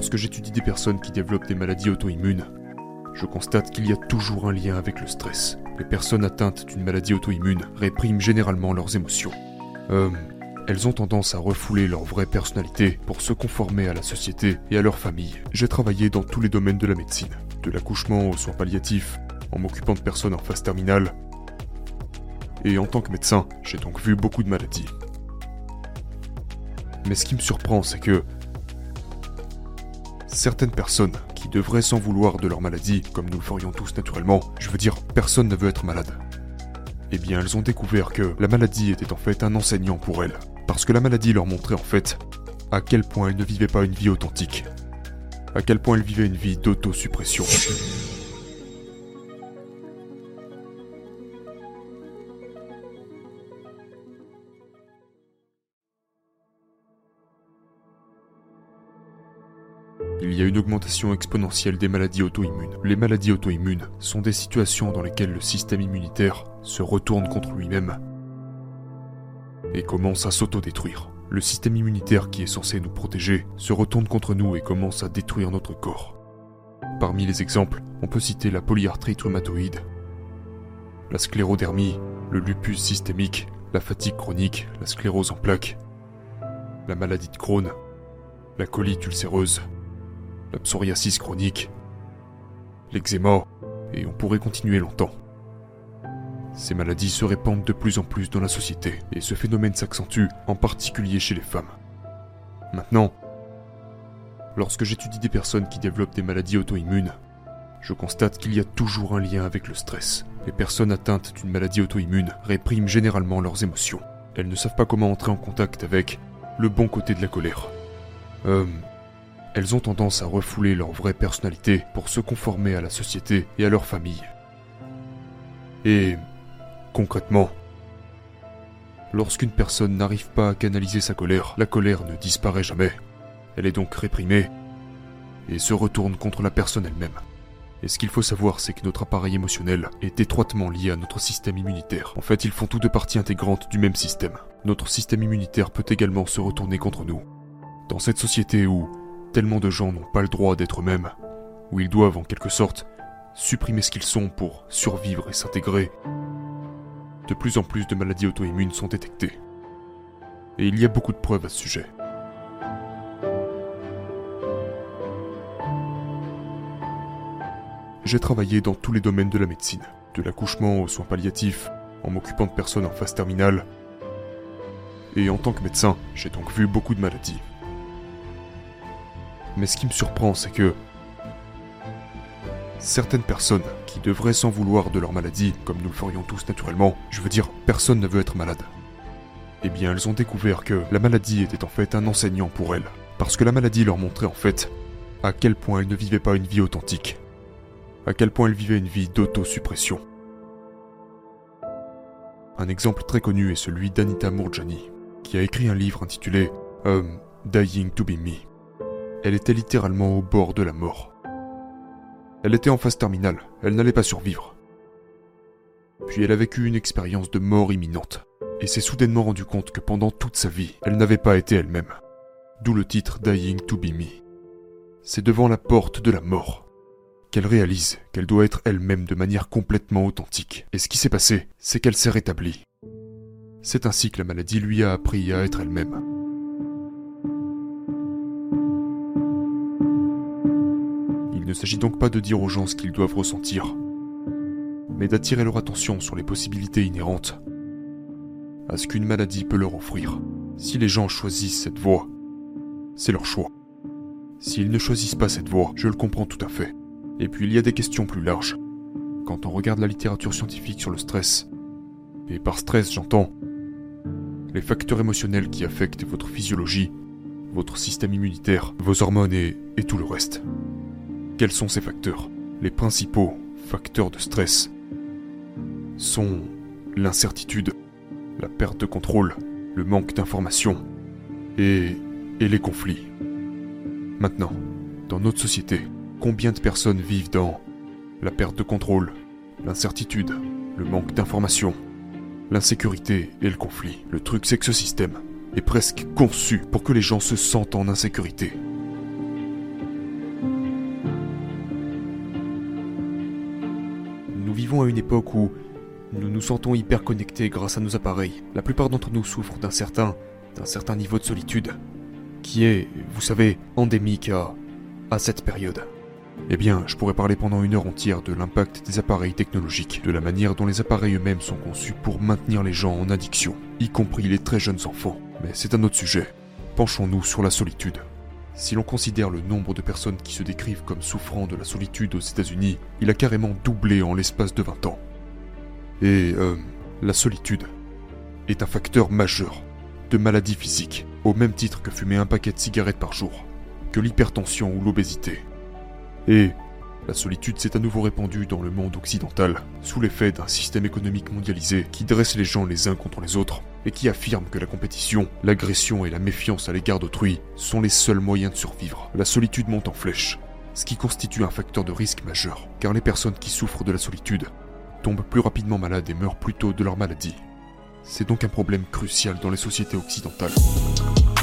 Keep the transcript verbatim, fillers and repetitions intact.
Lorsque j'étudie des personnes qui développent des maladies auto-immunes, je constate qu'il y a toujours un lien avec le stress. Les personnes atteintes d'une maladie auto-immune répriment généralement leurs émotions. Euh, elles ont tendance à refouler leur vraie personnalité pour se conformer à la société et à leur famille. J'ai travaillé dans tous les domaines de la médecine, de l'accouchement aux soins palliatifs, en m'occupant de personnes en phase terminale. Et en tant que médecin, j'ai donc vu beaucoup de maladies. Mais ce qui me surprend, c'est que certaines personnes qui devraient s'en vouloir de leur maladie, comme nous le ferions tous naturellement, je veux dire, personne ne veut être malade. Eh bien, elles ont découvert que la maladie était en fait un enseignant pour elles. Parce que la maladie leur montrait en fait à quel point elles ne vivaient pas une vie authentique. À quel point elles vivaient une vie d'autosuppression. Il y a une augmentation exponentielle des maladies auto-immunes. Les maladies auto-immunes sont des situations dans lesquelles le système immunitaire se retourne contre lui-même et commence à s'autodétruire. Le système immunitaire qui est censé nous protéger se retourne contre nous et commence à détruire notre corps. Parmi les exemples, on peut citer la polyarthrite rhumatoïde, la sclérodermie, le lupus systémique, la fatigue chronique, la sclérose en plaques, la maladie de Crohn, la colite ulcéreuse, la psoriasis chronique, l'eczéma, et on pourrait continuer longtemps. Ces maladies se répandent de plus en plus dans la société, et ce phénomène s'accentue, en particulier chez les femmes. Maintenant, lorsque j'étudie des personnes qui développent des maladies auto-immunes, je constate qu'il y a toujours un lien avec le stress. Les personnes atteintes d'une maladie auto-immune répriment généralement leurs émotions. Elles ne savent pas comment entrer en contact avec le bon côté de la colère. Euh... Elles ont tendance à refouler leur vraie personnalité pour se conformer à la société et à leur famille. Et, concrètement, lorsqu'une personne n'arrive pas à canaliser sa colère, la colère ne disparaît jamais. Elle est donc réprimée et se retourne contre la personne elle-même. Et ce qu'il faut savoir, c'est que notre appareil émotionnel est étroitement lié à notre système immunitaire. En fait, ils font tous deux parties intégrantes du même système. Notre système immunitaire peut également se retourner contre nous. Dans cette société où tellement de gens n'ont pas le droit d'être eux-mêmes, où ils doivent en quelque sorte supprimer ce qu'ils sont pour survivre et s'intégrer, de plus en plus de maladies auto-immunes sont détectées. Et il y a beaucoup de preuves à ce sujet. J'ai travaillé dans tous les domaines de la médecine, de l'accouchement aux soins palliatifs, en m'occupant de personnes en phase terminale. Et en tant que médecin, j'ai donc vu beaucoup de maladies. Mais ce qui me surprend, c'est que certaines personnes qui devraient s'en vouloir de leur maladie, comme nous le ferions tous naturellement, je veux dire, personne ne veut être malade. Eh bien, elles ont découvert que la maladie était en fait un enseignant pour elles. Parce que la maladie leur montrait en fait à quel point elles ne vivaient pas une vie authentique. À quel point elles vivaient une vie d'autosuppression. Un exemple très connu est celui d'Anita Moorjani, qui a écrit un livre intitulé um, « Dying to be me ». Elle était littéralement au bord de la mort. Elle était en phase terminale, elle n'allait pas survivre. Puis elle a vécu une expérience de mort imminente, et s'est soudainement rendu compte que pendant toute sa vie, elle n'avait pas été elle-même. D'où le titre « Dying to be me ». C'est devant la porte de la mort qu'elle réalise qu'elle doit être elle-même de manière complètement authentique. Et ce qui s'est passé, c'est qu'elle s'est rétablie. C'est ainsi que la maladie lui a appris à être elle-même. Il ne s'agit donc pas de dire aux gens ce qu'ils doivent ressentir, mais d'attirer leur attention sur les possibilités inhérentes à ce qu'une maladie peut leur offrir. Si les gens choisissent cette voie, c'est leur choix. S'ils ne choisissent pas cette voie, je le comprends tout à fait. Et puis il y a des questions plus larges. Quand on regarde la littérature scientifique sur le stress, et par stress j'entends les facteurs émotionnels qui affectent votre physiologie, votre système immunitaire, vos hormones et, et tout le reste. Quels sont ces facteurs? Les principaux facteurs de stress sont l'incertitude, la perte de contrôle, le manque d'information et, et les conflits. Maintenant, dans notre société, combien de personnes vivent dans la perte de contrôle, l'incertitude, le manque d'information, l'insécurité et le conflit? Le truc, c'est que ce système est presque conçu pour que les gens se sentent en insécurité. vivons à une époque où nous nous sentons hyper connectés grâce à nos appareils. La plupart d'entre nous souffrent d'un certain, d'un certain niveau de solitude, qui est, vous savez, endémique à, à cette période. Eh bien, je pourrais parler pendant une heure entière de l'impact des appareils technologiques, de la manière dont les appareils eux-mêmes sont conçus pour maintenir les gens en addiction, y compris les très jeunes enfants. Mais c'est un autre sujet. Penchons-nous sur la solitude. Si l'on considère le nombre de personnes qui se décrivent comme souffrant de la solitude aux États-Unis, il a carrément doublé en l'espace de vingt ans. Et, euh, la solitude est un facteur majeur de maladies physiques, au même titre que fumer un paquet de cigarettes par jour, que l'hypertension ou l'obésité. Et la solitude s'est à nouveau répandue dans le monde occidental, sous l'effet d'un système économique mondialisé qui dresse les gens les uns contre les autres, et qui affirme que la compétition, l'agression et la méfiance à l'égard d'autrui sont les seuls moyens de survivre. La solitude monte en flèche, ce qui constitue un facteur de risque majeur, car les personnes qui souffrent de la solitude tombent plus rapidement malades et meurent plus tôt de leur maladie. C'est donc un problème crucial dans les sociétés occidentales.